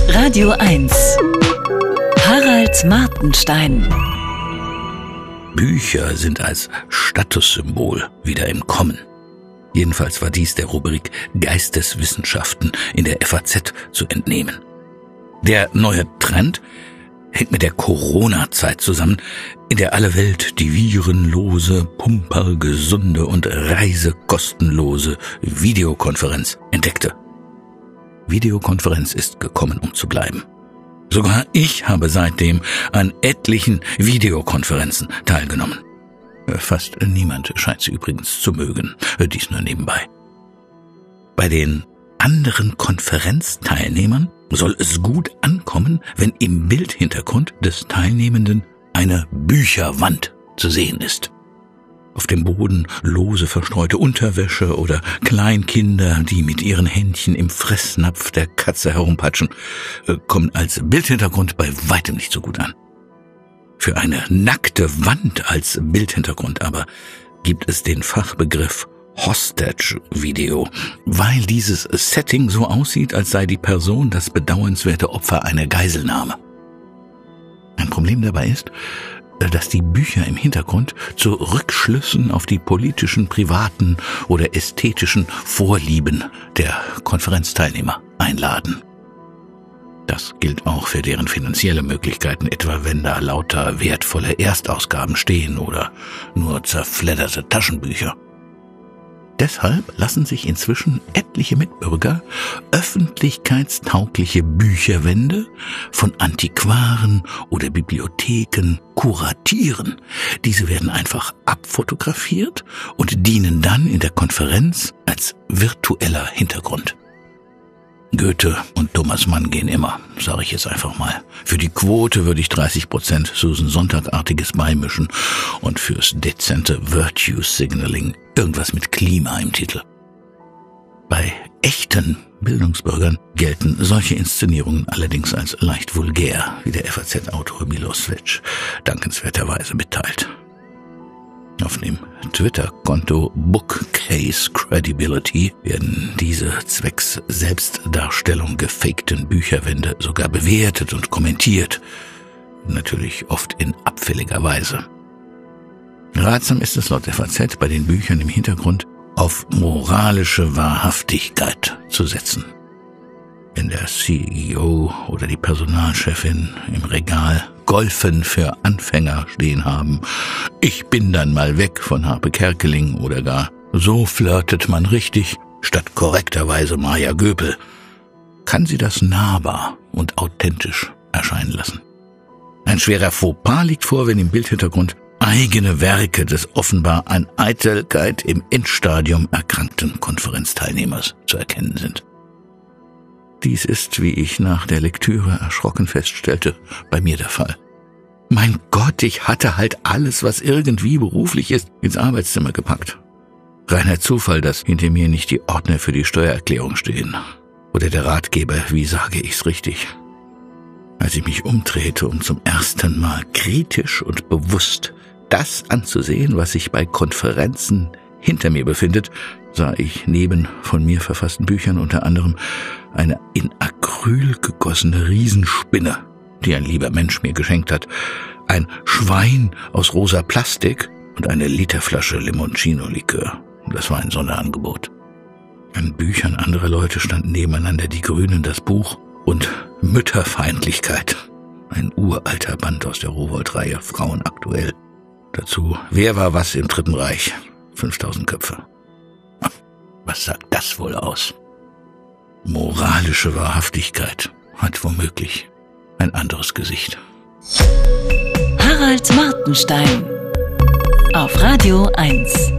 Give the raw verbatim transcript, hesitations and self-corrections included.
Radio eins. Harald Martenstein. Bücher sind als Statussymbol wieder im Kommen. Jedenfalls war dies der Rubrik Geisteswissenschaften in der F A Z zu entnehmen. Der neue Trend hängt mit der Corona-Zeit zusammen, in der alle Welt die virenlose, pumpergesunde und reisekostenlose Videokonferenz entdeckte. Videokonferenz ist gekommen, um zu bleiben. Sogar ich habe seitdem an etlichen Videokonferenzen teilgenommen. Fast niemand scheint sie übrigens zu mögen, dies nur nebenbei. Bei den anderen Konferenzteilnehmern soll es gut ankommen, wenn im Bildhintergrund des Teilnehmenden eine Bücherwand zu sehen ist. Auf dem Boden lose verstreute Unterwäsche oder Kleinkinder, die mit ihren Händchen im Fressnapf der Katze herumpatschen, kommen als Bildhintergrund bei weitem nicht so gut an. Für eine nackte Wand als Bildhintergrund aber gibt es den Fachbegriff Hostage-Video, weil dieses Setting so aussieht, als sei die Person das bedauernswerte Opfer einer Geiselnahme. Ein Problem dabei ist, dass die Bücher im Hintergrund zu Rückschlüssen auf die politischen, privaten oder ästhetischen Vorlieben der Konferenzteilnehmer einladen. Das gilt auch für deren finanzielle Möglichkeiten, etwa wenn da lauter wertvolle Erstausgaben stehen oder nur zerfledderte Taschenbücher. Deshalb lassen sich inzwischen etliche Mitbürger öffentlichkeitstaugliche Bücherwände von Antiquaren oder Bibliotheken kuratieren. Diese werden einfach abfotografiert und dienen dann in der Konferenz als virtueller Hintergrund. Goethe und Thomas Mann gehen immer, sage ich jetzt einfach mal. Für die Quote würde ich dreißig Prozent Susan Sonntag-artiges beimischen und fürs dezente Virtue Signaling irgendwas mit Klima im Titel. Bei echten Bildungsbürgern gelten solche Inszenierungen allerdings als leicht vulgär, wie der F A Z-Autor Milosevic dankenswerterweise mitteilt. Auf dem Twitter-Konto Bookcase Credibility werden diese zwecks Selbstdarstellung gefakten Bücherwände sogar bewertet und kommentiert, natürlich oft in abfälliger Weise. Ratsam ist es laut F A Z, bei den Büchern im Hintergrund auf moralische Wahrhaftigkeit zu setzen. Wenn der C E O oder die Personalchefin im Regal Golfen für Anfänger stehen haben, ich bin dann mal weg von Harpe Kerkeling oder gar so flirtet man richtig, statt korrekterweise Maja Göpel, kann sie das nahbar und authentisch erscheinen lassen. Ein schwerer Fauxpas liegt vor, wenn im Bildhintergrund eigene Werke des offenbar an Eitelkeit im Endstadium erkrankten Konferenzteilnehmers zu erkennen sind. Dies ist, wie ich nach der Lektüre erschrocken feststellte, bei mir der Fall. Mein Gott, ich hatte halt alles, was irgendwie beruflich ist, ins Arbeitszimmer gepackt. Reiner Zufall, dass hinter mir nicht die Ordner für die Steuererklärung stehen. Oder der Ratgeber, wie sage ich's richtig. Als ich mich umdrehte, um zum ersten Mal kritisch und bewusst das anzusehen, was sich bei Konferenzen hinter mir befindet, sah ich neben von mir verfassten Büchern unter anderem eine in Acryl gegossene Riesenspinne, die ein lieber Mensch mir geschenkt hat, ein Schwein aus rosa Plastik und eine Literflasche Limoncino-Likör. Das war ein Sonderangebot. An Büchern anderer Leute standen nebeneinander Die Grünen, das Buch und Mütterfeindlichkeit, ein uralter Band aus der Rowohlt-Reihe Frauen aktuell. Dazu Wer war was im Dritten Reich? fünftausend Köpfe. Was sagt das wohl aus? Moralische Wahrhaftigkeit hat womöglich ein anderes Gesicht. Harald Martenstein auf Radio eins.